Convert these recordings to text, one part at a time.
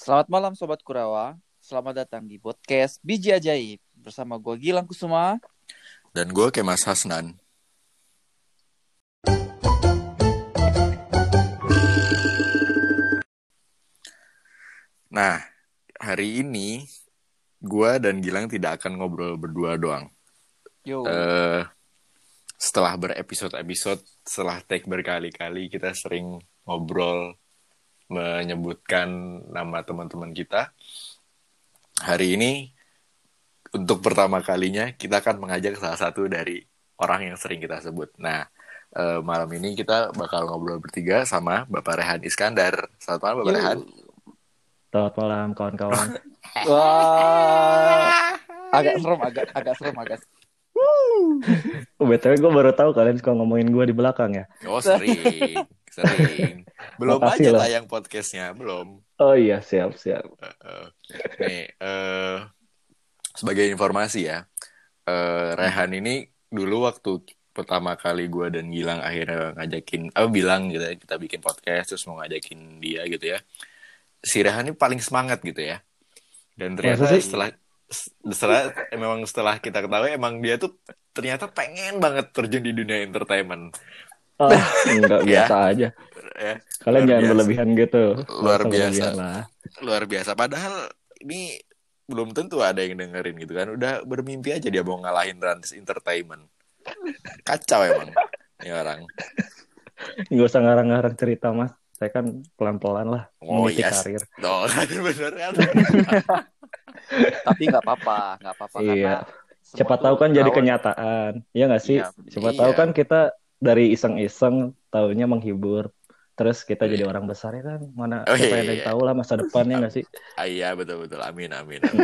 Selamat malam Sobat Kurawa, selamat datang di podcast Biji Ajaib bersama gue Gilang Kusuma. Dan gue Kemas Hasnan. Nah, hari ini gue dan Gilang tidak akan ngobrol berdua doang. Yo. Setelah berepisode-episode, setelah take berkali-kali, kita sering ngobrol menyebutkan nama teman-teman kita. Hari ini, untuk pertama kalinya, kita akan mengajak salah satu dari orang yang sering kita sebut. Nah, malam ini kita bakal ngobrol bertiga sama Bapak Rehan Iskandar. Selamat malam, Bapak Rehan. Selamat malam, kawan-kawan. Wah, agak serem. BTW gue baru tahu kalian suka ngomongin gue di belakang ya. Oh, sering. Belum Makasih aja lah. tayang podcastnya, belum. Oh iya, siap. Nih, sebagai informasi ya, Rehan ini dulu waktu pertama kali gue dan Gilang akhirnya ngajakin, bilang gitu ya, kita bikin podcast terus mau ngajakin dia gitu ya. Si Rehan ini paling semangat gitu ya. Dan ternyata setelah kita ketahui emang dia tuh ternyata pengen banget terjun di dunia entertainment. Enggak biasa aja. Ya, Kalian jangan berlebihan gitu. Luar biasa. Lah. Luar biasa. Padahal ini belum tentu ada yang dengerin gitu kan. Udah bermimpi aja dia mau ngalahin Trans Entertainment. Kacau emang ini orang. Nggak usah ngarang-ngarang cerita, Mas. Saya kan pelan-pelan lah meniti karir. Oh, bener kan. Tapi nggak apa-apa Iya. karena Siapa tahu kan jadi kenyataan. Iya nggak sih? Siapa tahu kan kita dari iseng-iseng taunya menghibur. Terus kita jadi orang besar ya kan. Mana siapa yang tahu lah masa depannya nggak sih? Iya, betul. Amin.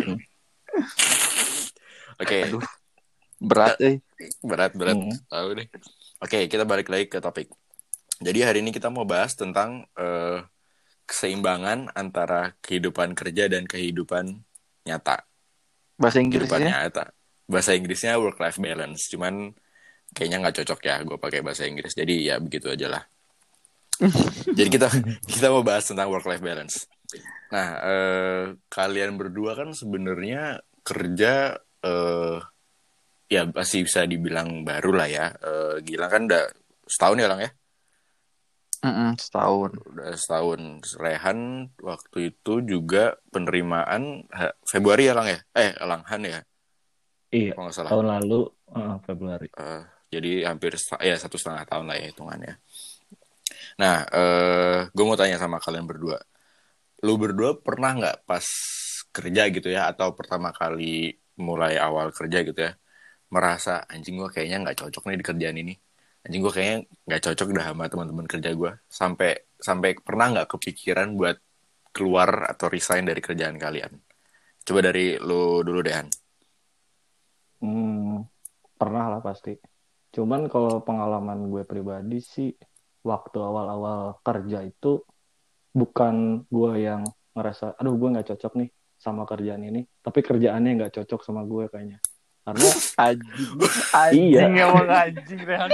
Oke. Berat. Tahu deh. Oke, kita balik lagi ke topik. Jadi hari ini kita mau bahas tentang keseimbangan antara kehidupan kerja dan kehidupan nyata. Bahasa Inggrisnya? Bahasa Inggrisnya work-life balance. Cuman kayaknya nggak cocok ya gue pakai bahasa Inggris. Jadi ya begitu aja lah. Jadi kita mau bahas tentang work-life balance. Nah, kalian berdua kan sebenarnya kerja ya masih bisa dibilang baru lah ya. Gilang kan udah setahun ya Lang ya? Setahun. Udah setahun. Rehan waktu itu juga penerimaan Februari ya Lang ya? Langhan ya? Iya, tahun lalu Februari. Jadi hampir 1,5 tahun lah ya hitungannya. Nah, gue mau tanya sama kalian berdua. Lu berdua pernah nggak pas kerja gitu ya, atau pertama kali mulai awal kerja gitu ya, merasa anjing gue kayaknya nggak cocok nih di kerjaan ini. Anjing gue kayaknya nggak cocok dah sama teman-teman kerja gue. Sampai pernah nggak kepikiran buat keluar atau resign dari kerjaan kalian? Coba dari lu dulu deh, Han. Pernah lah pasti. Cuman kalau pengalaman gue pribadi sih, waktu awal-awal kerja itu bukan gue yang ngerasa, aduh gue nggak cocok nih sama kerjaan ini, tapi kerjaannya nggak cocok sama gue kayaknya. Karena anjing emang anjing Rehan.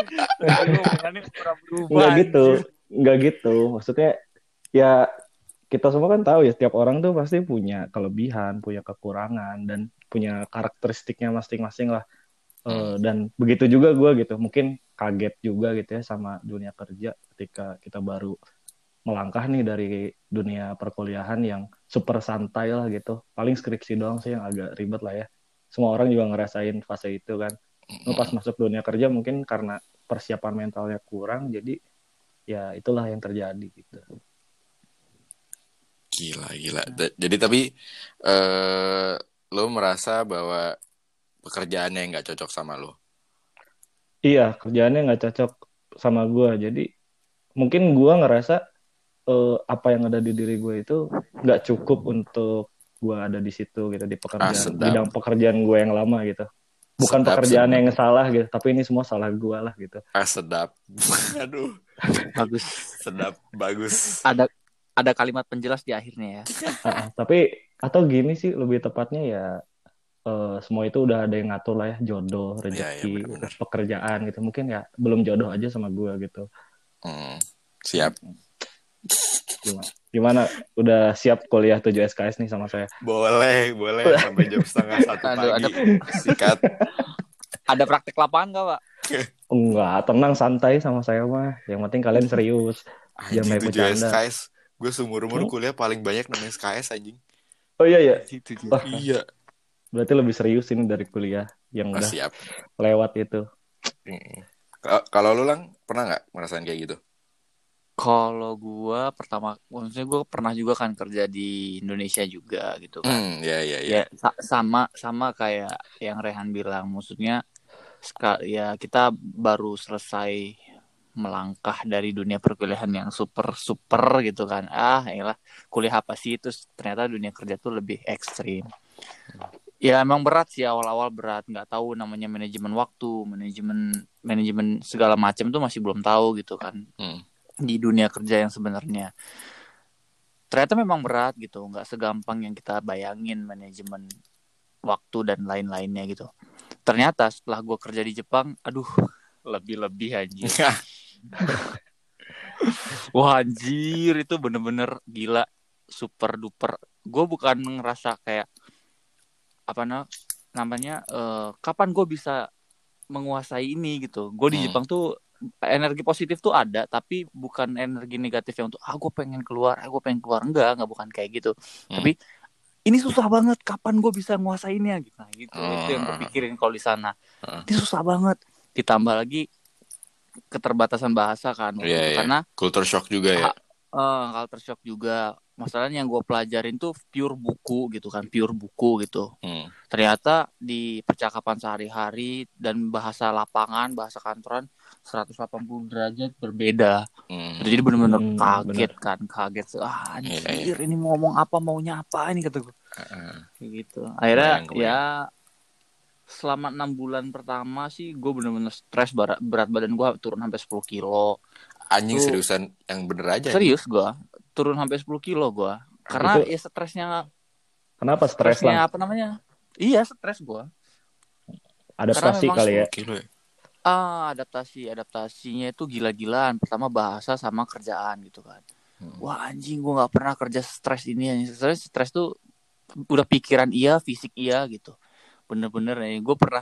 Nggak gitu. Maksudnya ya kita semua kan tahu ya, setiap orang tuh pasti punya kelebihan, punya kekurangan, dan punya karakteristiknya masing-masing lah. Dan begitu juga gue gitu, mungkin kaget juga gitu ya sama dunia kerja ketika kita baru melangkah nih dari dunia perkuliahan yang super santai lah gitu. Paling skripsi doang sih yang agak ribet lah ya. Semua orang juga ngerasain fase itu kan. Pas masuk dunia kerja mungkin karena persiapan mentalnya kurang, jadi ya itulah yang terjadi gitu. Gila. Jadi tapi lo merasa bahwa pekerjaannya nggak cocok sama lo? Iya, kerjaannya nggak cocok sama gue. Jadi mungkin gue ngerasa apa yang ada di diri gue itu nggak cukup untuk gue ada di situ gitu, di bidang pekerjaan gue yang lama gitu. Bukan pekerjaan yang salah gitu, tapi ini semua salah gue lah gitu. Sedap. Aduh. Bagus. Sedap, bagus. Ada kalimat penjelas di akhirnya ya. Tapi atau gini sih lebih tepatnya ya, semua itu udah ada yang ngatur lah ya, jodoh, rezeki, terus pekerjaan gitu. Mungkin ya belum jodoh aja sama gue gitu. Siap. Gimana? Udah siap kuliah 7 SKS nih sama saya? Boleh sampai jam 12:30 Aduh, pagi. Sikat. Ada praktek lapangan nggak, Pak? Enggak, tenang santai sama saya mah. Yang penting kalian serius. Jangan Anjing banyak 7 bercanda. SKS. Gue seumur-umur kuliah paling banyak 6 SKS anjing. Oh iya ya. Anjing, 7 Wah, SKS. Iya. berarti lebih serius ini dari kuliah yang udah Siap. lewat itu. Kalau lu Lang, pernah nggak ngerasain kayak gitu? Kalau gue pertama, maksudnya gue pernah juga kan kerja di Indonesia juga gitu kan. Ya. Ya sama kayak yang Rehan bilang, maksudnya ya kita baru selesai melangkah dari dunia perkuliahan yang super gitu kan. Yalah, kuliah apa sih, terus ternyata dunia kerja tuh lebih ekstrim. Ya emang berat sih, awal-awal berat, nggak tahu namanya manajemen waktu, manajemen segala macam tuh masih belum tahu gitu kan. Di dunia kerja yang sebenarnya ternyata memang berat gitu, nggak segampang yang kita bayangin manajemen waktu dan lain-lainnya gitu. Ternyata setelah gue kerja di Jepang, aduh, lebih anjir. Wah anjir, itu bener-bener gila, super duper. Gue bukan ngerasa kayak namanya kapan gue bisa menguasai ini gitu. Gue di Jepang tuh energi positif tuh ada, tapi bukan energi negatif yang untuk gue pengen keluar, enggak bukan kayak gitu. Tapi ini susah banget, kapan gue bisa nguasainnya gitu. Nah, gitu. Itu yang gue pikirin kalau di sana. Ini susah banget. Ditambah lagi keterbatasan bahasa kan waktu itu. Karena culture shock juga ya. Culture shock juga. Masalahnya yang gue pelajarin tuh pure buku gitu. Ternyata di percakapan sehari-hari dan bahasa lapangan, bahasa kantoran 180 derajat berbeda. Jadi benar-benar kaget. Anjir, ini mau ngomong apa, maunya apa ini, kata gue. Kayak gitu. Akhirnya ya selama 6 bulan pertama sih gue benar-benar stres, berat badan gue turun sampai 10 kilo. Anjing seriusan yang bener aja. Serius gue turun sampai 10 kilo gue. Karena itu, ya stresnya. Kenapa stresnya apa namanya? Iya, stres gue. Adaptasi kali ya. Adaptasinya itu gila-gilaan. Pertama bahasa sama kerjaan gitu kan. Wah anjing, gue nggak pernah kerja stres ini. Stres tuh udah pikiran iya, fisik iya gitu. Bener-bener nih, gue pernah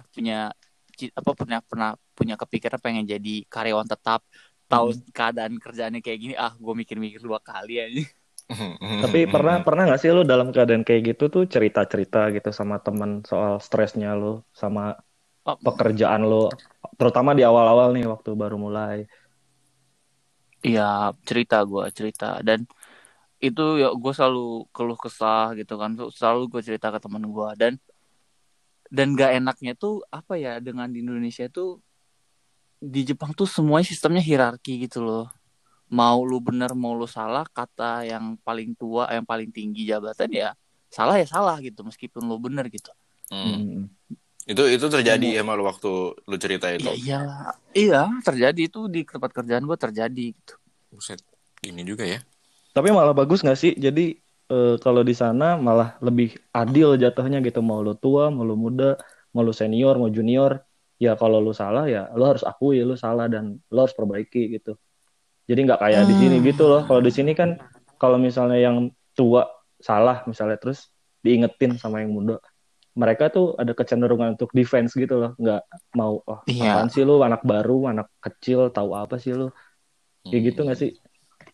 punya kepikiran pengen jadi karyawan tetap. Tahu keadaan kerjaannya kayak gini, gue mikir-mikir 2 kali aja. Tapi pernah nggak sih lu dalam keadaan kayak gitu tuh cerita-cerita gitu sama teman soal stresnya lu sama pekerjaan lu, terutama di awal-awal nih waktu baru mulai? Iya, cerita dan itu ya gue selalu keluh kesah gitu kan, selalu gue cerita ke teman gue. Dan gak enaknya tuh apa ya, dengan di Indonesia tuh, di Jepang tuh semuanya sistemnya hierarki gitu loh. Mau lu bener mau lu salah, kata yang paling tua, yang paling tinggi jabatan ya salah gitu, meskipun lu bener gitu. Itu terjadi sama lu waktu lu cerita itu? Iya terjadi itu di tempat kerjaan gue, terjadi gitu. Buset, ini juga ya. Tapi malah bagus nggak sih? Jadi kalau di sana malah lebih adil jatuhnya gitu. Mau lu tua, mau lu muda, mau lu senior, mau junior, ya kalau lu salah ya lu harus akui lu salah dan lu harus perbaiki gitu. Jadi nggak kayak di sini gitu loh. Kalau di sini kan kalau misalnya yang tua salah misalnya terus diingetin sama yang muda, mereka tuh ada kecenderungan untuk defense gitu loh. Nggak mau, apaan sih lu, anak baru, anak kecil, tahu apa sih lu? Kayak gitu nggak sih?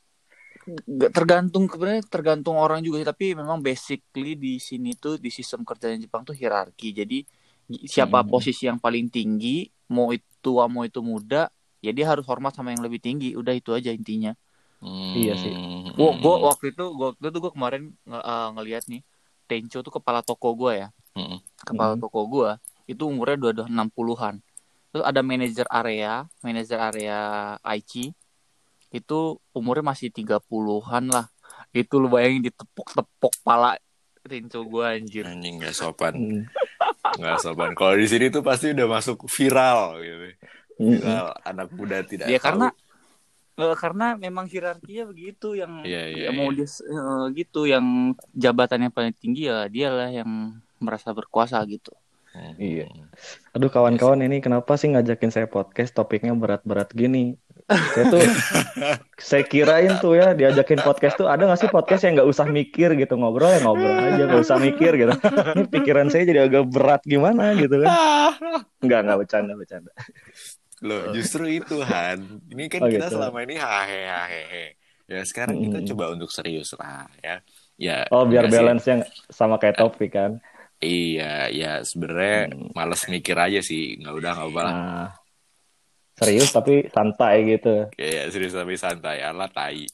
Tergantung orang juga sih, tapi memang basically di sini tuh, di sistem kerjanya Jepang tuh hierarki. Jadi siapa posisi yang paling tinggi, mau itu tua mau itu muda, ya dia harus hormat sama yang lebih tinggi. Udah itu aja intinya. Iya sih. Gue waktu itu gue kemarin ngelihat nih, Tencho tuh kepala toko gue ya. Kepala toko gue itu umurnya udah 60-an. Terus ada manajer area Aichi, itu umurnya masih 30-an lah. Itu lu bayangin, ditepok pala Tencho gue, anjir. Anjing, gak sopan. Gak sopan. Kalau di sini tuh pasti udah masuk viral gitu. Viral, anak muda tidak tahu. Karena memang hierarkinya begitu, yang mau dia gitu, yang jabatan yang paling tinggi ya dialah yang merasa berkuasa gitu. Iya. Aduh kawan-kawan, ini kenapa sih ngajakin saya podcast topiknya berat-berat gini? Saya kirain tuh ya diajakin podcast tuh ada nggak sih podcast yang nggak usah mikir gitu, ngobrol ya ngobrol aja nggak usah mikir gitu. Ini pikiran saya jadi agak berat gimana gitu kan. Nggak bercanda. Loh, justru itu Han. Ini kan Oh kita gitu. selama ini hahehe. Ya sekarang kita coba untuk serius lah ya. Ya Oh biar enggak sih. balance yang sama kayak topik kan. Iya, ya sebenarnya males mikir aja sih. Nggak apa lah. Nah, serius tapi santai gitu. Kayak serius tapi santai. Alah tai.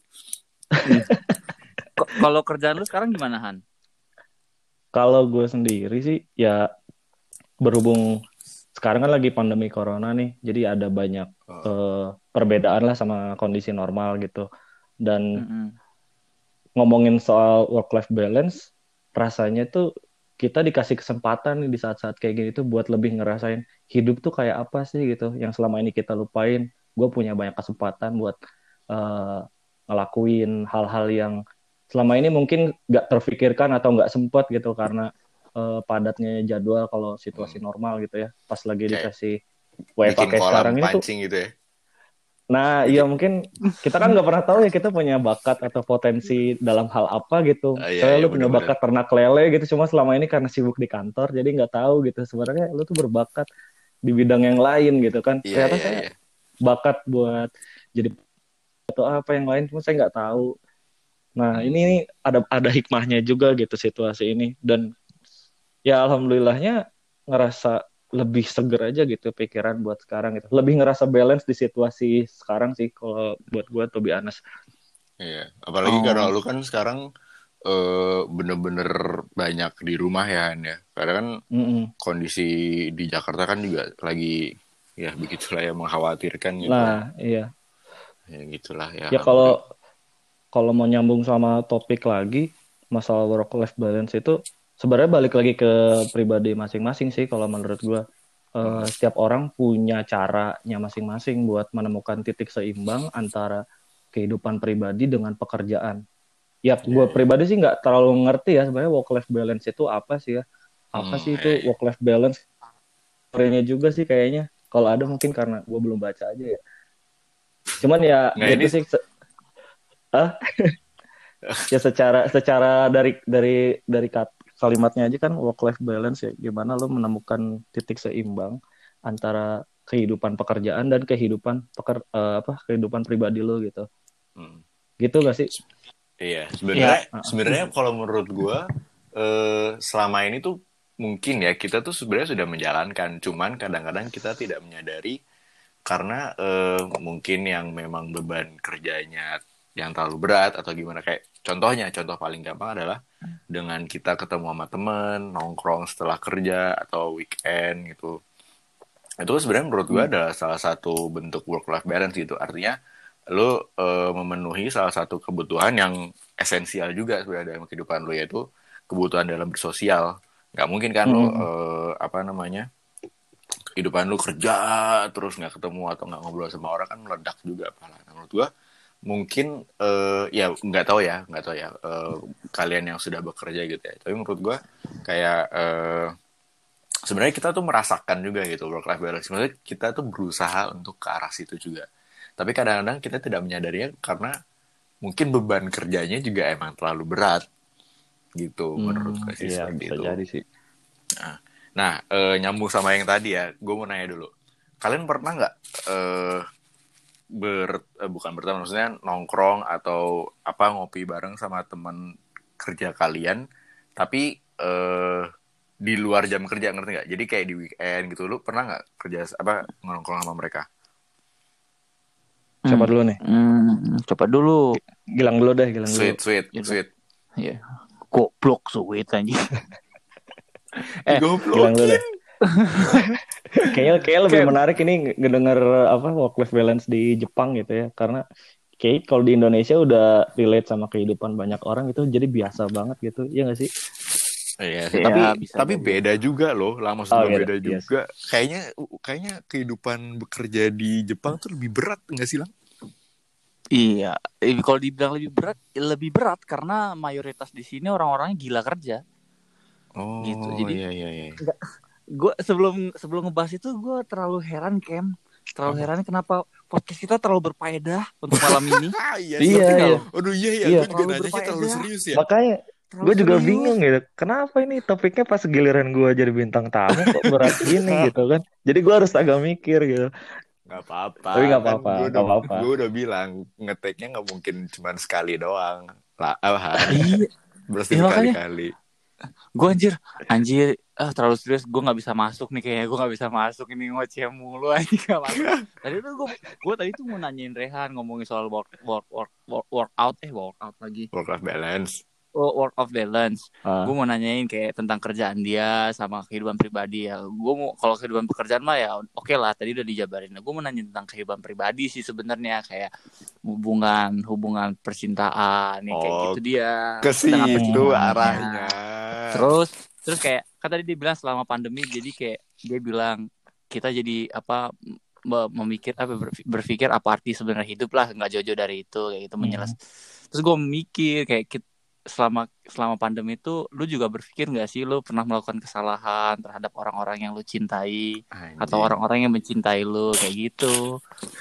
Kalau kerjaan lu sekarang gimana, Han? Kalau gue sendiri sih ya berhubung sekarang kan lagi pandemi corona nih, jadi ada banyak perbedaan lah sama kondisi normal gitu. Dan ngomongin soal work-life balance, rasanya tuh kita dikasih kesempatan nih di saat-saat kayak gini tuh buat lebih ngerasain hidup tuh kayak apa sih gitu. Yang selama ini kita lupain, gue punya banyak kesempatan buat ngelakuin hal-hal yang selama ini mungkin gak terfikirkan atau gak sempat gitu karena padatnya jadwal kalau situasi normal gitu ya. Pas lagi Kayak dikasih WFH bikin kayak kolam sekarang ini tuh. pancing gitu ya. Nah, iya mungkin kita kan nggak pernah tahu ya kita punya bakat atau potensi dalam hal apa gitu. Soalnya lu punya bener-bener. bakat ternak lele gitu, cuma selama ini karena sibuk di kantor, jadi nggak tahu gitu. Sebenarnya lu tuh berbakat di bidang yang lain gitu kan. Ternyata saya bakat buat jadi atau apa yang lain, cuma saya nggak tahu. Nah, ini ada hikmahnya juga gitu situasi ini. Dan ya alhamdulillahnya ngerasa lebih seger aja gitu pikiran buat sekarang gitu. Lebih ngerasa balance di situasi sekarang sih kalau buat gue to be honest. Iya, apalagi karena lu kan sekarang bener-bener banyak di rumah ya Han ya. Karena kan kondisi di Jakarta kan juga lagi ya begitulah ya mengkhawatirkan gitu. Nah, iya. Ya gitulah ya. Ya kalau mau nyambung sama topik lagi masalah work life balance itu sebenarnya balik lagi ke pribadi masing-masing sih kalau menurut gue. Setiap orang punya caranya masing-masing buat menemukan titik seimbang antara kehidupan pribadi dengan pekerjaan. Ya, gue pribadi sih nggak terlalu ngerti ya sebenarnya work life balance itu apa sih ya? Apa sih itu work life balance? Teorinya juga sih kayaknya. Kalau ada mungkin karena gue belum baca aja ya. Cuman ya gitu sih. Ya secara dari kalimatnya aja kan work life balance ya. Gimana lo menemukan titik seimbang antara kehidupan pekerjaan dan kehidupan kehidupan pribadi lo gitu. Gitu gak sih? Iya, sebenarnya kalau menurut gue selama ini tuh mungkin ya kita tuh sebenarnya sudah menjalankan, cuman kadang-kadang kita tidak menyadari karena mungkin yang memang beban kerjanya yang terlalu berat atau gimana, kayak contoh paling gampang adalah dengan kita ketemu sama temen nongkrong setelah kerja atau weekend gitu. Itu sebenarnya menurut gue adalah salah satu bentuk work life balance gitu. Artinya lo memenuhi salah satu kebutuhan yang esensial juga sebenarnya dalam kehidupan lo, yaitu kebutuhan dalam bersosial. Nggak mungkin kan lo kehidupan lo kerja terus nggak ketemu atau nggak ngobrol sama orang, kan meledak juga apalah. Nah, menurut gue mungkin ya nggak tahu ya kalian yang sudah bekerja gitu ya, tapi menurut gue kayak sebenarnya kita tuh merasakan juga gitu work life balance. Maksudnya kita tuh berusaha untuk ke arah situ juga, tapi kadang-kadang kita tidak menyadarinya karena mungkin beban kerjanya juga emang terlalu berat gitu menurut gue sih. Iya, seperti bisa itu. jadi sih. Nah, nyambung sama yang tadi ya, gue mau nanya dulu, kalian pernah nggak bukan berteman, maksudnya nongkrong atau ngopi bareng sama teman kerja kalian, tapi di luar jam kerja, ngerti nggak? Jadi kayak di weekend gitu, lu pernah nggak kerja nongkrong sama mereka? Siapa dulu nih? Coba dulu. Gilang dulu deh, Gilang dulu. Sweet. Iya. Goblok sweet anjing. Gilang dulu deh. Kayaknya lebih menarik ini ngedenger work life balance di Jepang gitu ya, karena kayak kalau di Indonesia udah relate sama kehidupan banyak orang itu jadi biasa banget gitu, iya nggak sih? Iya, tapi beda juga loh, maksudnya beda juga. Kayaknya kehidupan bekerja di Jepang tuh lebih berat nggak sih, Lang? Iya, kalau dibilang lebih berat karena mayoritas di sini orang-orangnya gila kerja. Oh, gitu. Jadi iya. Gue sebelum ngebahas itu gue terlalu heran, Kem. Heran kenapa podcast kita terlalu berfaedah untuk malam ini. Iya Iya, sih. iya. Aduh iya ya, Iya. gue juga Terlalu nanyanya terlalu berfaedah. serius ya. Makanya Terlalu gue juga serius. bingung gitu. Kenapa ini topiknya pas giliran gue jadi bintang tamu kok berat gini gitu kan. Jadi gue harus agak mikir gitu. Gak apa-apa, Tapi nggak kan apa-apa, gue nggak apa-apa. udah bilang ngeteknya nggak mungkin cuma sekali doang lah, Han. Iya. Berarti Ya, makanya berkali-kali. gue anjir terlalu serius, gue nggak bisa masuk nih, kayaknya gue nggak bisa masuk ini, ngoceh mulu aja nggak masuk. Tadi tuh gue tadi tuh mau nanyain Rehan ngomongin soal workout lagi, Work-life balance. work of balance. Ah. Gue mau nanyain kayak tentang kerjaan dia sama kehidupan pribadi ya. Gue mau, kalau kehidupan pekerjaan mah ya oke lah, tadi udah dijabarin. Gue mau nanya tentang kehidupan pribadi sih sebenarnya, kayak hubungan percintaan nih, kayak gitu dia. Ke Tentang situ percintaannya. arahnya. Terus kayak kan tadi dia bilang selama pandemi, jadi kayak dia bilang kita jadi berpikir apa arti sebenarnya hidup lah, nggak jauh-jauh dari itu kayak gitu Terus gue mikir kayak selama pandemi itu lu juga berpikir nggak sih lu pernah melakukan kesalahan terhadap orang-orang yang lu cintai, Anjing. atau orang-orang yang mencintai lu kayak gitu.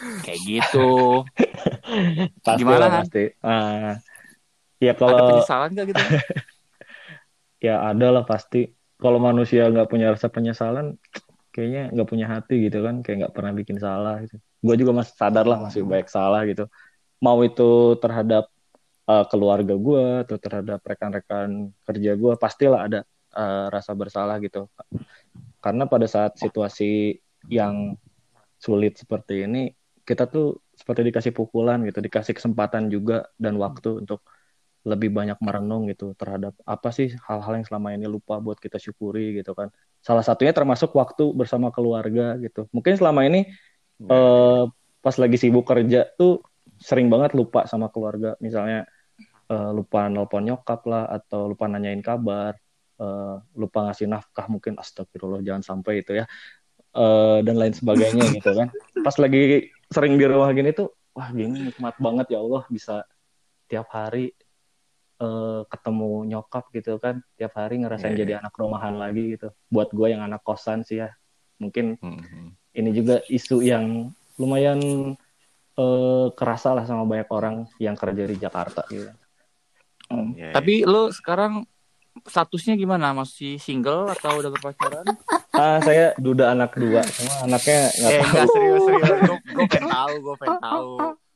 Pasti Gimana lah, kan? pasti. Ya kalau Ada penyesalan nggak gitu? ya ada lah pasti. Kalau manusia nggak punya rasa penyesalan, kayaknya nggak punya hati gitu kan, kayak nggak pernah bikin salah gitu. Gue juga masih sadar lah masih banyak salah gitu. Mau itu terhadap keluarga gue atau terhadap rekan-rekan kerja gue, pastilah ada rasa bersalah gitu. Karena pada saat situasi yang sulit seperti ini, kita tuh seperti dikasih pukulan gitu, dikasih kesempatan juga dan waktu untuk lebih banyak merenung gitu terhadap apa sih hal-hal yang selama ini lupa buat kita syukuri gitu kan. Salah satunya termasuk waktu bersama keluarga gitu. Mungkin selama ini pas lagi sibuk kerja tuh sering banget lupa sama keluarga. Misalnya lupa nelpon nyokap lah, atau lupa nanyain kabar, lupa ngasih nafkah mungkin, astagfirullah jangan sampai itu ya, dan lain sebagainya gitu kan. Pas lagi sering di rumah gini tuh, wah gini nikmat banget ya Allah bisa tiap hari ketemu nyokap gitu kan, tiap hari ngerasain jadi anak rumahan lagi gitu. Buat gue yang anak kosan sih ya, mungkin ini juga isu yang lumayan kerasa lah sama banyak orang yang kerja di Jakarta gitu. Tapi lu sekarang statusnya gimana? Masih single atau udah berpacaran? Saya duda anak 2, cuma anaknya nggak tahu. Enggak, serius. Gue pengen tahu.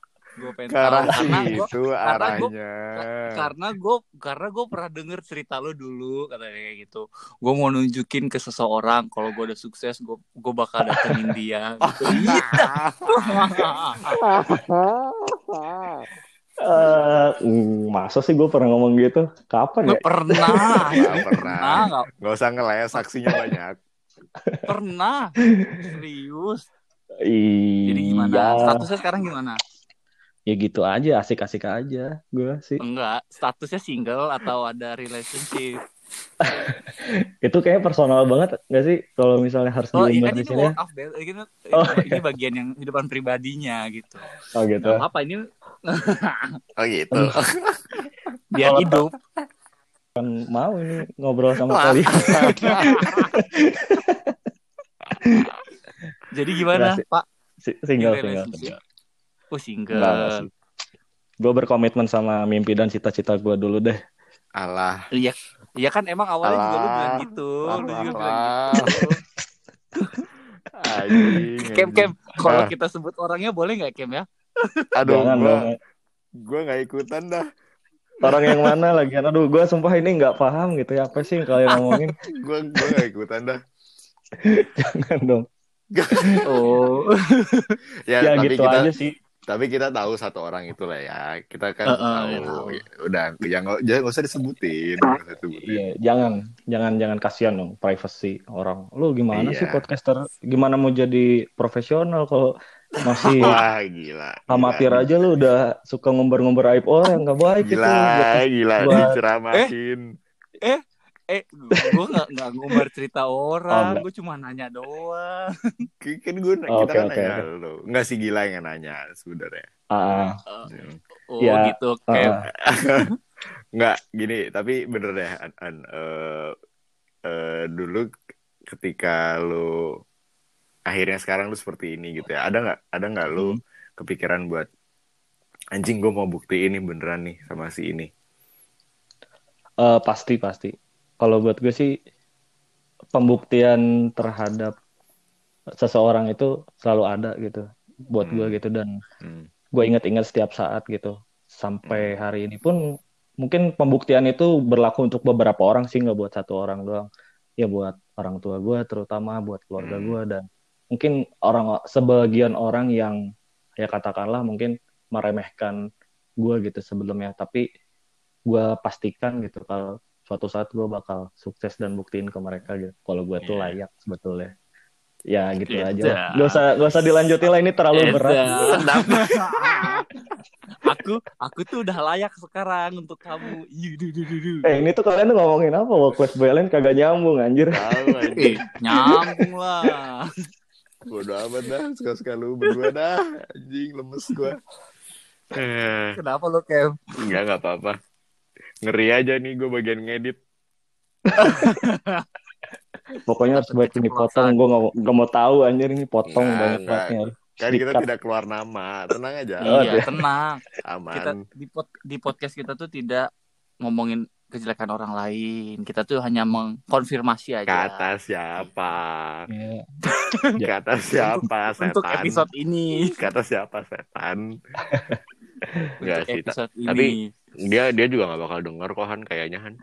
Karena gue pernah denger cerita lo dulu katanya kayak gitu. Gue mau nunjukin ke seseorang kalau gue udah sukses, gue bakal datengin dia. Gitu. Masa sih gue pernah ngomong gitu? Kapan ya? Pernah. Gak usah ngeles, saksinya banyak. Pernah. Serius. Iya. Jadi gimana? Statusnya sekarang gimana? Ya gitu aja, asik-asik aja gue sih. Enggak, statusnya single atau ada relationship? Itu kayak personal banget nggak sih kalau misalnya harus diumbar di sini? Ini bagian yang kehidupan pribadinya gitu. Oh gitu. Gak apa ini. Oh gitu. Biar hidup. Kan mau ini ngobrol sama kalian. Jadi gimana, Pak? Single. Oh, single. Gue berkomitmen sama mimpi dan cita-cita gue dulu deh. Alah. Iya kan emang awalnya juga lu bilang gitu. Lu juga bilang gitu. Kem, kalau kita sebut orangnya boleh nggak, Kem ya? Aduh, gue nggak ikutan dah. Orang yang mana lagi? Aduh, gue sumpah ini nggak paham gitu ya, apa sih yang kalian ngomongin? Gue nggak ikutan dah. Jangan dong. Oh. Ya gitu kita, aja sih. Tapi kita tahu satu orang itu lah ya. Kita kan tahu. Udah, jangan usah disebutin. Iya, jangan kasihan dong privacy orang. Lu gimana sih podcaster? Gimana mau jadi profesional kalau masih gila. Amatir aja lu udah suka ngumbar-ngumbar aib orang, nggak baik gila, itu. Gila, diceramahin. Gue nggak ngumbar cerita orang, gue cuma nanya doang. Kan kita kan nanya lo, nggak sih gila yang nanya sebenarnya. Gitu, kayak nggak gini, tapi bener deh, dulu ketika lo akhirnya sekarang lu seperti ini gitu ya, ada nggak lu kepikiran buat anjing gue mau buktiin nih beneran nih sama si ini? Pasti. Kalau buat gue sih pembuktian terhadap seseorang itu selalu ada gitu buat gue gitu, dan Hmm. gue ingat-ingat setiap saat gitu sampai Hmm. hari ini pun. Mungkin pembuktian itu berlaku untuk beberapa orang sih, nggak buat satu orang doang ya, buat orang tua gue terutama, buat keluarga gue, dan mungkin sebagian orang yang ya katakanlah mungkin meremehkan gue gitu sebelumnya, tapi gue pastikan gitu kalau suatu saat gue bakal sukses dan buktiin ke mereka gitu kalau gue tuh Iya. layak sebetulnya. Ya gitu aja lah. Eda. Gak usah dilanjutin lah, ini terlalu berat. Kenapa? aku tuh udah layak sekarang untuk kamu. Ini tuh kalian tuh ngomongin apa? Work life balance kagak nyambung anjir. Tahu anjing. Nyambung lah. Bodoh amat dah, suka-suka lu berdua dah. Anjing, lemes gue. Kenapa lo, Kev? Enggak apa-apa. Ngeri aja nih gue bagian ngedit. Pokoknya harus baik ini potong. Gue gak mau tahu anjir, ini potong banyak banget nih. Kan kita tidak keluar nama, tenang aja. Iya, tenang. Aman. Kita di podcast kita tuh tidak ngomongin kejelekan orang lain. Kita tuh hanya mengkonfirmasi aja. Kata siapa? Iya. Kata siapa setan? Untuk episode ini. Kata siapa setan? Enggak sih. Episode ini. Tapi dia juga nggak bakal denger kok Han, kayaknya Han.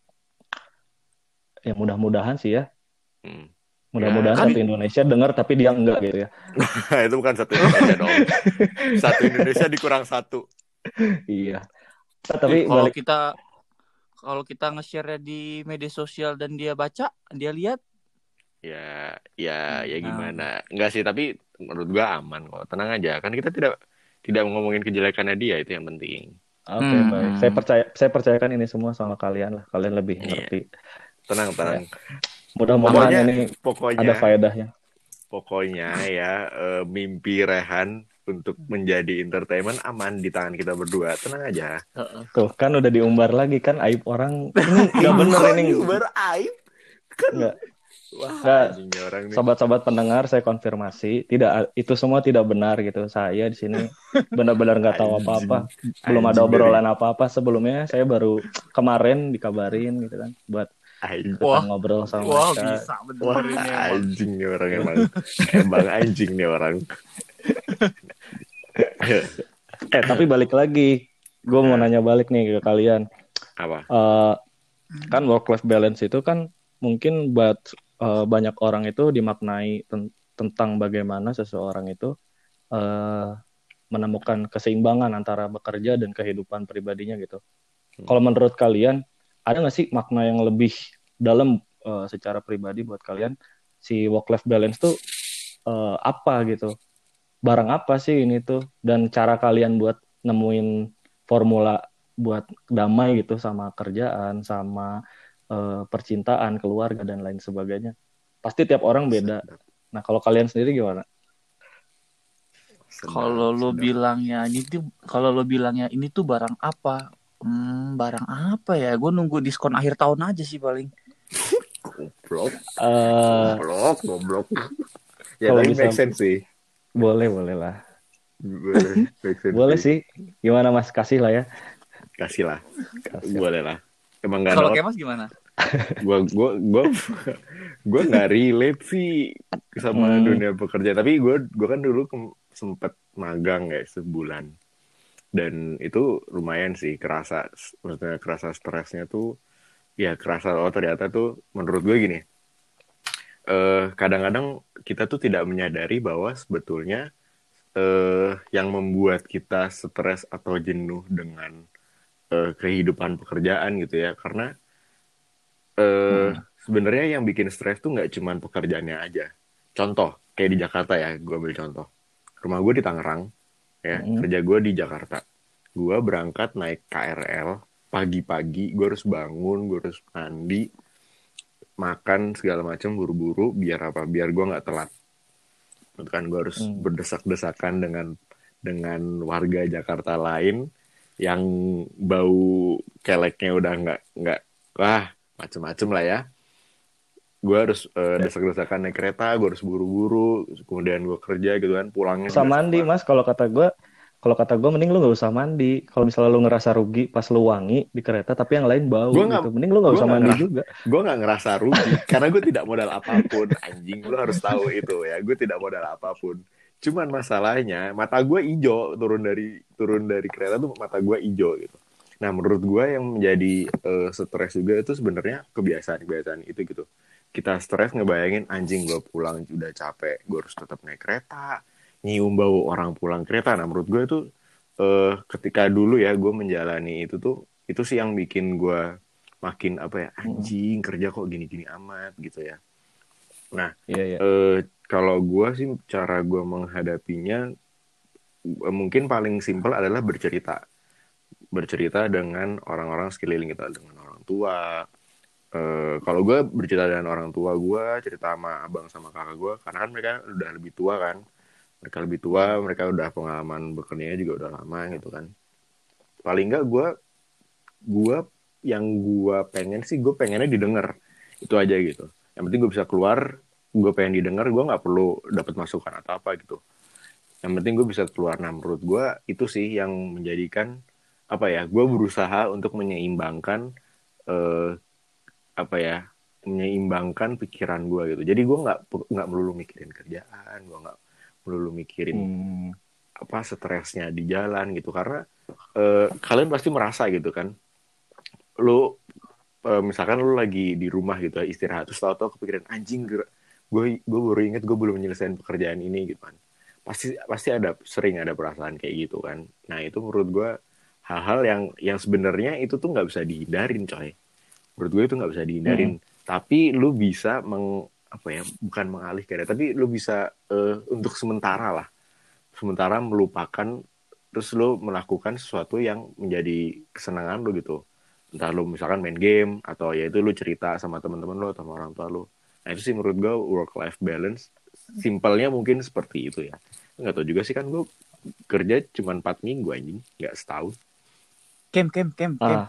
Ya mudah-mudahan sih ya. Mudah-mudahan Ya, satu Indonesia dengar tapi dia enggak gitu ya. Itu bukan satu Indonesia dong. Satu Indonesia dikurang satu. Iya. Tapi kalau kita nge-share di media sosial dan dia baca, dia lihat, ya gimana? Enggak sih, tapi menurut gua aman kok. Tenang aja, kan kita tidak ngomongin kejelekannya dia, itu yang penting. Oke, baik. Saya percayakan ini semua sama kalian lah. Kalian lebih ngerti. Tenang. Ya. Mudah-mudahan ini pokoknya, ada faedahnya. Pokoknya ya, mimpi Rehan untuk menjadi entertainment aman di tangan kita berdua. Tenang aja. Tuh, kan udah diumbar lagi kan aib orang. Ini nggak bener ini. Diumbar aib? Kan nggak. Wah, orang nih. Sobat-sobat pendengar, saya konfirmasi, itu semua tidak benar gitu. Saya di sini benar-benar nggak tahu apa-apa. Belum ada obrolan apa-apa sebelumnya. Saya baru kemarin dikabarin gitu kan buat ngobrol sama mereka. Bisa bener ini. Anjing nih orang emang. Emang anjing nih orang. Tapi balik lagi, gue mau nanya balik nih ke kalian. Apa? Kan work life balance itu kan mungkin buat banyak orang itu dimaknai tentang bagaimana seseorang itu menemukan keseimbangan antara bekerja dan kehidupan pribadinya gitu. Kalau menurut kalian, ada nggak sih makna yang lebih dalam secara pribadi buat kalian? Si work life balance tuh apa gitu? Barang apa sih ini tuh? Dan cara kalian buat nemuin formula buat damai gitu sama kerjaan, sama percintaan, keluarga dan lain sebagainya. Pasti tiap orang beda. Nah, kalau kalian sendiri gimana? Kalau lo bilangnya ini tuh barang apa? Barang apa ya? Gue nunggu diskon akhir tahun aja sih paling. Goblok. Ya, kalau tapi bisa, make sense sih. Boleh lah. Boleh sih. Gimana Mas? Kasih lah ya. Kasih lah. Boleh lah. Emang nggak. Kalau kayak Mas gimana? Gue nggak relate sih sama dunia pekerja. Tapi gue kan dulu sempet magang kayak sebulan. Dan itu lumayan sih kerasa stresnya tuh. Ya kerasa ternyata tuh menurut gue gini. Kadang-kadang kita tuh tidak menyadari bahwa sebetulnya yang membuat kita stres atau jenuh dengan kehidupan pekerjaan gitu ya, karena sebenarnya yang bikin stres tuh nggak cuma pekerjaannya aja. Contoh kayak di Jakarta ya, gue ambil contoh. Rumah gue di Tangerang ya, kerja gue di Jakarta. Gue berangkat naik KRL pagi-pagi, gue harus bangun, gue harus mandi, makan segala macam buru-buru biar apa? Biar gue nggak telat. Kan gue harus berdesak-desakan dengan warga Jakarta lain yang bau keleknya udah nggak macem-macem lah ya. gue harus desak-desakan naik kereta, gue harus buru-buru, kemudian gue kerja gitu kan, pulangnya Usah juga mandi sama. mas, kalau kata gue mending lu nggak usah mandi. Kalau misalnya lu ngerasa rugi pas lu wangi di kereta, tapi yang lain bau Gue nggak gitu, mending lu nggak gue usah nggak mandi ngerasa juga. gue nggak ngerasa rugi karena gue tidak modal apapun, anjing, lo harus tahu itu ya, gue tidak modal apapun. Cuman masalahnya mata gue ijo, turun dari kereta tuh mata gue ijo gitu. Nah menurut gue yang menjadi stres juga itu sebenarnya kebiasaan itu gitu. Kita stres ngebayangin anjing, gue pulang udah capek, gue harus tetap naik kereta, nyium bau orang pulang kereta. Nah menurut gue itu ketika dulu ya gue menjalani itu sih yang bikin gue makin apa ya, anjing kerja kok gini-gini amat gitu ya. Nah Iya, iya. kalau gue sih cara gue menghadapinya mungkin paling simpel adalah bercerita dengan orang-orang sekeliling kita, dengan orang tua. Kalau gue bercerita dengan orang tua gue, cerita sama abang sama kakak gue, karena kan mereka udah lebih tua kan, mereka udah pengalaman bekerjanya juga udah lama gitu kan. Paling nggak gue yang gue pengen sih, gue pengennya didengar itu aja gitu. Yang penting gue bisa keluar, gue pengen didengar, gue nggak perlu dapat masukan atau apa gitu. Yang penting gue bisa keluar. Nah menurut gue itu sih yang menjadikan apa ya, gue berusaha untuk menyeimbangkan apa ya, menyeimbangkan pikiran gue gitu. Jadi gue nggak melulu mikirin kerjaan, gue nggak melulu mikirin apa stresnya di jalan gitu, karena kalian pasti merasa gitu kan, lu misalkan lu lagi di rumah gitu ya, istirahat, terus tahu-tahu kepikiran anjing, gue baru inget gue belum menyelesaikan pekerjaan ini gitu kan, pasti sering ada perasaan kayak gitu kan. Nah itu menurut gue hal-hal yang sebenarnya itu tuh nggak bisa dihindarin coy, menurut gue itu nggak bisa dihindarin. Tapi lu bisa apa ya, bukan mengalihkan ya, tapi lu bisa untuk sementara melupakan, terus lu melakukan sesuatu yang menjadi kesenangan lu gitu. Entah lu misalkan main game, atau ya itu lu cerita sama teman-teman lu, sama orang tua lu. Nah itu sih menurut gue work life balance simpelnya mungkin seperti itu ya. Nggak tahu juga sih, kan gue kerja cuma 4 minggu anjing, nggak setahun. Kem. Nah,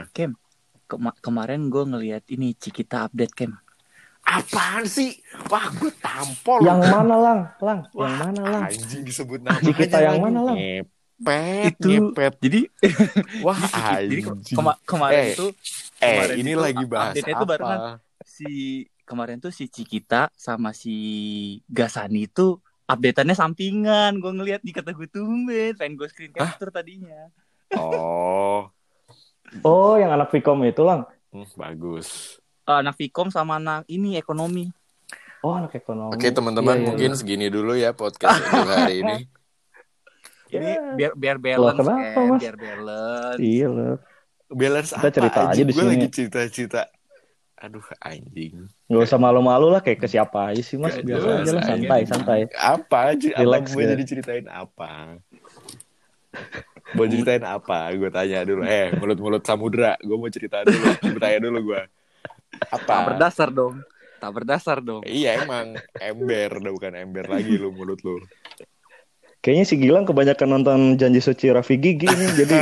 Kemarin gue ngeliat ini Cikita update Kem. apaan sih? Wah, gue tampol. Yang mana Lang? Wah, yang mana Lang? anjing disebut namanya. Cikita yang mana Lang? Ngepet. Jadi wah, jadi anjing. kemarin tuh ini itu lagi bahas update-nya apa? tuh barengan. Kemarin tuh si Cikita sama si Gasani itu update-annya sampingan. Gue ngeliat di kata gue tumben, pengen gue screen capture tadinya. Oh, yang anak Vkom itu Lang. bagus. Anak Vkom sama anak ini ekonomi. Oh, anak ekonomi. Oke teman-teman, mungkin segini dulu ya podcast untuk hari ini. Ini biar balance kenapa, kan, Mas? biar balance. Iya loh. Balance Kita apa? cerita aja di gue sini. lagi cerita. Aduh, anjing. Nggak usah malu-malu lah, kayak ke siapa aja sih Mas. Biasa aja lah, santai. Apa? Relax Mau jadi ceritain apa? Mau ceritain apa? Gue tanya dulu. Mulut samudra. Gue mau cerita dulu. Bertanya dulu gue. Apa? Tak berdasar dong. Iya emang ember, udah bukan ember lagi lu mulut lu. Kayaknya si Gilang kebanyakan nonton Janji Suci Raffi Gigi nih, jadi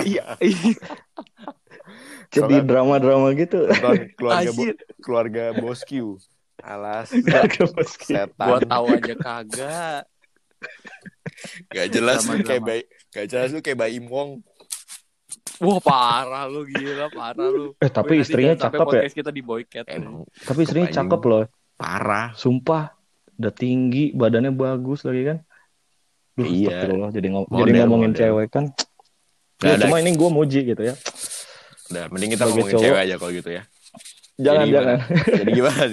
jadi drama-drama gitu. Nonton keluarga Bosku. Alas, setan. Gua tahu aja kagak. Gak jelas lu kayak Baim Wong. Wah parah lu, gila parah lu. Tapi istrinya cakep ya. Podcast kita di boycott. Tapi istrinya cakep loh. Parah. Sumpah, udah tinggi, badannya bagus lagi kan. Iya. Jadi ngomongin cewek kan. Ya, cuma ini gue muji gitu ya. Udah, mending kita ngomongin cewek aja kalau gitu ya. Jangan. Jadi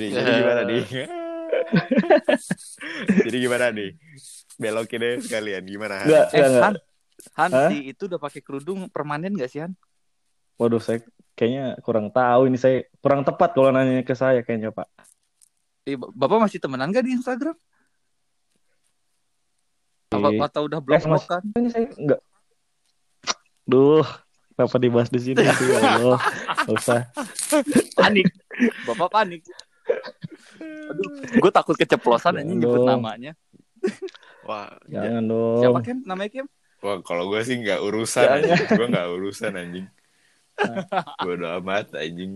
gimana nih? Belokin deh sekalian, gimana? Enggak. Han, si itu udah pakai kerudung permanen gak sih Han? Waduh, saya kayaknya kurang tahu ini, saya kurang tepat kalau nanya ke saya kayaknya Pak. Bapak masih temenan gak di Instagram? Atau udah blok kan? Ini saya enggak. Duh, kenapa dibahas di sini sih ya Allah. Enggak usah. Panik. Bapak panik. Aduh, gue takut keceplosan anjing nyebut namanya. Wah, jangan dong. Siapa Kem? Namanya Kem? Wah, kalau gue sih nggak urusan anjing. Gue nggak urusan anjing. Bodo amat anjing.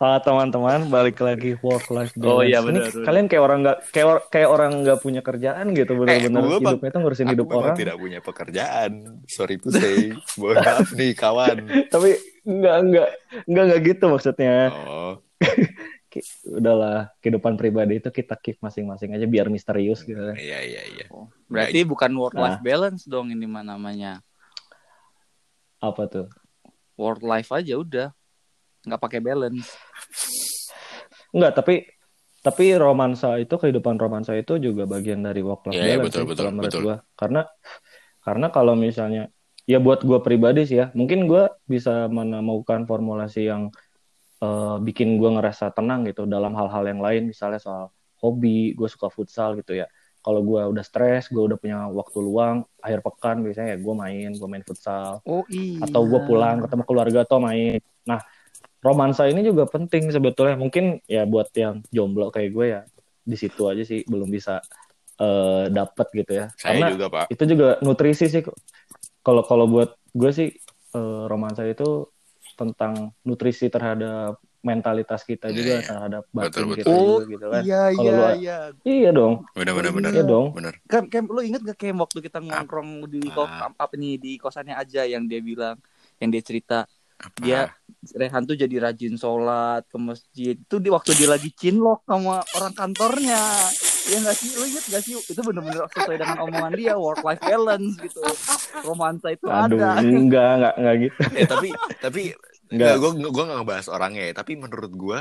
Teman-teman, balik lagi work life Oh iya, balance. Ini benar. kalian kayak orang nggak kayak orang nggak punya kerjaan gitu, bener-bener hidupnya tuh ngurusin aku hidup memang orang. tidak punya pekerjaan. Sorry to say. Mohon maaf nih kawan. Tapi nggak gitu maksudnya. Oh, Udahlah, kehidupan pribadi itu kita keep masing-masing aja biar misterius gitu kan. iya. Oh, berarti bukan work life balance dong ini mah namanya. Apa tuh? Work life aja udah. Nggak pakai balance. Enggak, tapi romansa itu, kehidupan romansa itu juga bagian dari work life balance sih, kalau menurut gue. Karena kalau misalnya, ya buat gue pribadi sih ya, mungkin gue bisa menemukan formulasi yang bikin gue ngerasa tenang gitu dalam hal-hal yang lain, misalnya soal hobi, gue suka futsal gitu ya. Kalau gue udah stres, gue udah punya waktu luang, akhir pekan biasanya ya gue main futsal. Oh iya. Atau gue pulang ketemu keluarga atau main. Nah, romansa ini juga penting sebetulnya. Mungkin ya buat yang jomblo kayak gue ya di situ aja sih belum bisa dapet gitu ya. Saya Karena juga, Pak. itu juga nutrisi sih. Kalau buat gue sih romansa itu tentang nutrisi terhadap mentalitas kita juga, terhadap batin kita juga gitu kan. Iya dong. Benar. Iya dong. Benar. Kan lu inget gak kayak waktu kita nongkrong di kosannya aja yang dia bilang, yang dia cerita dia Rehan tuh jadi rajin sholat ke masjid itu di waktu dia lagi cinlok sama orang kantornya. Ya nggak sih, lu inget gak sih itu bener-bener sesuai dengan omongan dia, work life balance gitu, romansa itu ada. Enggak gitu. Tapi enggak, gue nggak ngebahas orangnya ya, tapi menurut gue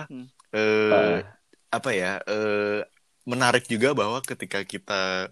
menarik juga bahwa ketika kita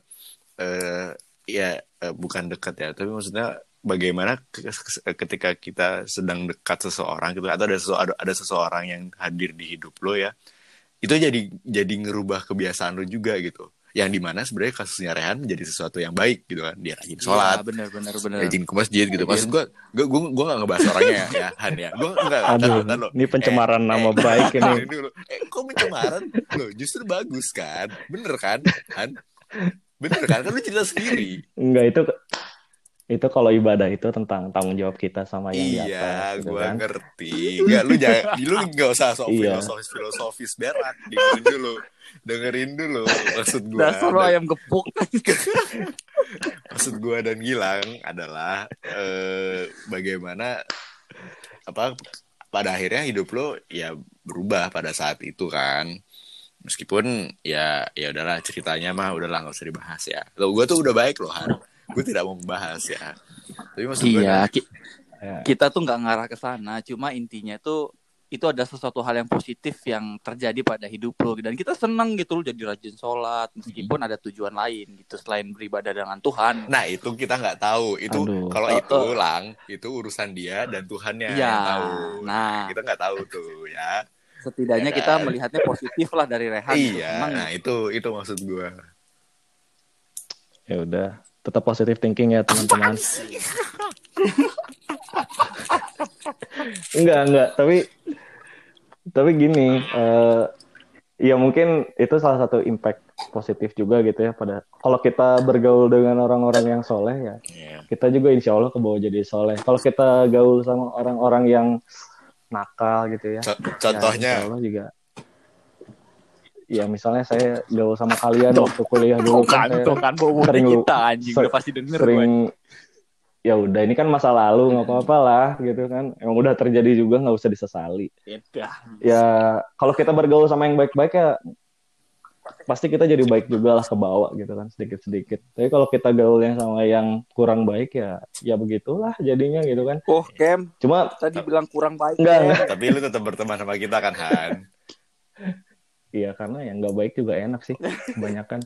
bukan dekat ya, tapi maksudnya bagaimana ketika kita sedang dekat seseorang gitu, atau ada seseorang yang hadir di hidup lo ya, itu jadi ngerubah kebiasaan lo juga gitu, yang dimana sebenarnya kasusnya Rehan menjadi sesuatu yang baik gitu kan. Dia rajin sholat, bener. rajin ke masjid gitu. Maksud gue nggak ngebahas orangnya ya Han ya, gue nggak. Aduh, ini pencemaran nama baik ini. Kok pencemaran lo? Justru bagus kan, bener kan Han? Bener kan lu cerita sendiri. Enggak, itu kalau ibadah itu tentang tanggung jawab kita sama yang di atas. Iya, gitu gue kan? ngerti. Enggak, lu nggak usah sok filosofis berak. Dengerin dulu maksud gue. Dasar lo ayam gepuk. Maksud gue dan Gilang adalah bagaimana pada akhirnya hidup lo ya berubah pada saat itu kan. Meskipun ya udahlah, ceritanya mah udahlah nggak usah dibahas ya. Lo gue tuh udah baik loh Han. Gue tidak mau membahas ya. Tapi maksud gue kita tuh nggak ngarah ke sana. Cuma intinya tuh itu ada sesuatu hal yang positif yang terjadi pada hidup lo, dan kita seneng gitu lo jadi rajin sholat meskipun ada tujuan lain gitu selain beribadah dengan Tuhan. Nah itu kita nggak tahu. Itu kalau itu Lang, itu urusan dia dan Tuhannya yang tahu. Nah kita nggak tahu tuh ya. Setidaknya kita melihatnya positif lah dari Rehan. Iya, nah itu maksud gue. Ya udah, tetap positive thinking ya teman-teman. Enggak, tapi gini, ya mungkin itu salah satu impact positif juga gitu ya, pada kalau kita bergaul dengan orang-orang yang soleh ya, kita juga insya Allah kebawa jadi soleh. Kalau kita gaul sama orang-orang yang nakal gitu ya, contohnya ya, insya Allah juga. Ya misalnya saya gaul sama kalian waktu kuliah dulu kan sering kita anjing udah pasti denger sering. Ya udah, ini kan masa lalu, nggak apa-apa lah gitu kan, emang udah terjadi juga, nggak usah disesali. Ya kalau kita bergaul sama yang baik-baik ya pasti kita jadi baik juga lah, ke bawah gitu kan, sedikit-sedikit. Tapi kalau kita gaulnya sama yang kurang baik ya begitulah jadinya gitu kan. Kem, cuma tadi bilang kurang baik. Enggak. Tapi lu tetap berteman sama kita kan Han? Iya, karena yang nggak baik juga enak sih kebanyakan.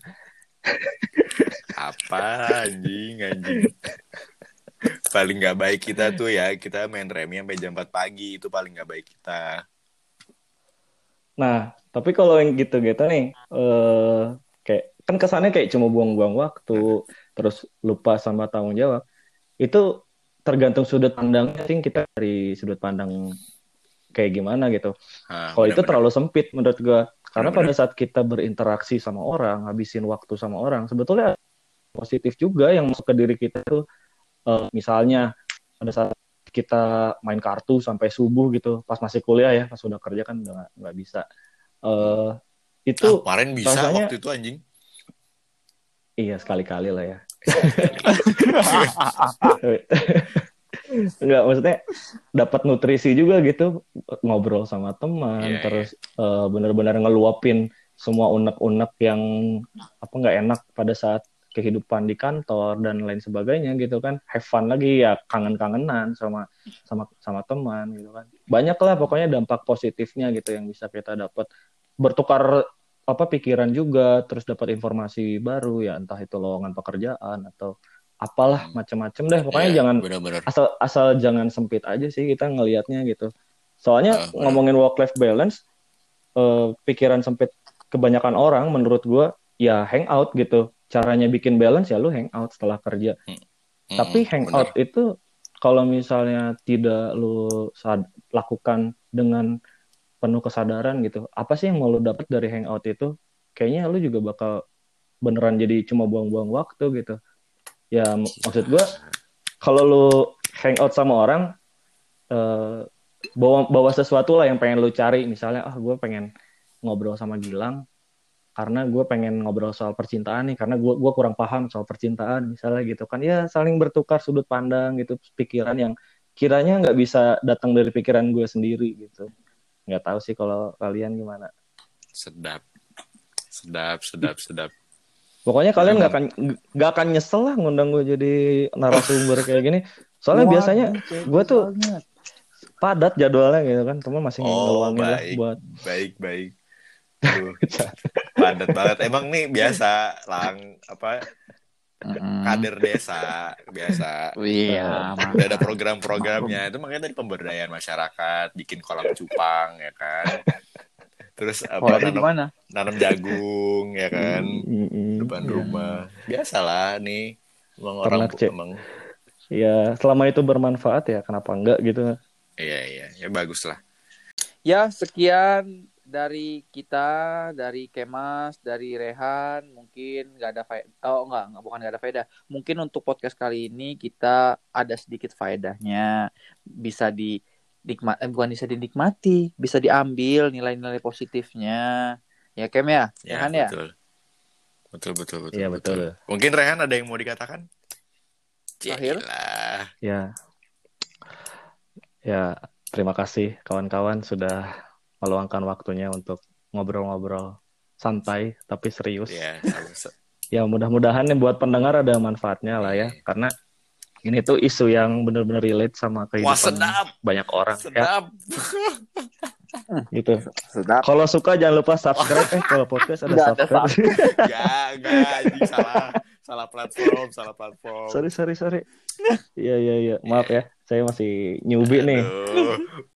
Apa anjing paling nggak baik kita tuh ya, kita main remi sampai jam 4 pagi, itu paling nggak baik kita. Nah tapi kalau yang gitu-gitu nih kayak kan kesannya kayak cuma buang-buang waktu, terus lupa sama tanggung jawab. Itu tergantung sudut pandangnya sih, kita dari sudut pandang kayak gimana gitu. Kalau itu terlalu sempit menurut gue, karena pada saat kita berinteraksi sama orang, habisin waktu sama orang, sebetulnya positif juga yang masuk ke diri kita tuh. Misalnya pada saat kita main kartu sampai subuh gitu pas masih kuliah ya, pas udah kerja kan udah nggak bisa. Itu kemarin bisa rasanya waktu itu anjing. iya sekali-kali lah ya. Enggak, maksudnya dapat nutrisi juga gitu, ngobrol sama teman, terus benar-benar ngeluapin semua unek-unek yang apa nggak enak pada saat kehidupan di kantor dan lain sebagainya gitu kan. Have fun lagi ya, kangen-kangenan sama teman gitu kan. Banyak lah pokoknya dampak positifnya gitu yang bisa kita dapat, bertukar apa pikiran juga, terus dapat informasi baru ya, entah itu lowongan pekerjaan atau apalah macam-macam deh. Pokoknya jangan benar-benar. asal jangan sempit aja sih kita ngelihatnya gitu. Soalnya ngomongin work life balance, pikiran sempit kebanyakan orang menurut gue ya hangout gitu. Caranya bikin balance ya lu hangout setelah kerja. Tapi hangout itu kalau misalnya tidak lu lakukan dengan penuh kesadaran gitu, apa sih yang mau lu dapat dari hangout itu? Kayaknya lu juga bakal beneran jadi cuma buang-buang waktu gitu. Ya maksud gue kalau lu hangout sama orang, bawa sesuatu lah yang pengen lu cari. Misalnya gue pengen ngobrol sama Gilang karena gue pengen ngobrol soal percintaan nih, karena gue kurang paham soal percintaan misalnya gitu kan. Ya saling bertukar sudut pandang gitu, pikiran yang kiranya nggak bisa datang dari pikiran gue sendiri gitu. Nggak tahu sih kalau kalian gimana. Sedap. Pokoknya kalian nggak akan nyesel lah ngundang gue jadi narasumber kayak gini. Soalnya biasanya gue tuh padat jadwalnya gitu kan, teman masih ngeluangin lah buat. Baik. Aduh, padat banget. Emang nih biasa kader desa biasa. Iya. Udah ada program-programnya. Itu makanya tadi pemberdayaan masyarakat, bikin kolam cupang ya kan. Terus nanam jagung ya kan, depan rumah. Biasalah nih, emang. Ya selama itu bermanfaat ya kenapa enggak gitu. Iya ya bagus lah. Ya sekian dari kita, dari Kemas, dari Rehan. Mungkin nggak ada faedah. Bukan nggak ada faedah. Mungkin untuk podcast kali ini kita ada sedikit faedahnya, bisa bukan bisa dinikmati, bisa diambil nilai-nilai positifnya. Ya Kem ya? Rehan ya? Betul. Iya betul. Mungkin Rehan ada yang mau dikatakan? Terakhir? Ya, terima kasih kawan-kawan sudah meluangkan waktunya untuk ngobrol-ngobrol santai tapi serius. Ya mudah-mudahan buat pendengar ada manfaatnya lah ya, karena ini tuh isu yang benar-benar relate sama kehidupan banyak orang. Sedap. Ya. Gitu. Kalau suka jangan lupa subscribe. Kalau podcast ada subscribe. Enggak, salah platform. Sorry. Iya. Maaf ya, saya masih newbie nih.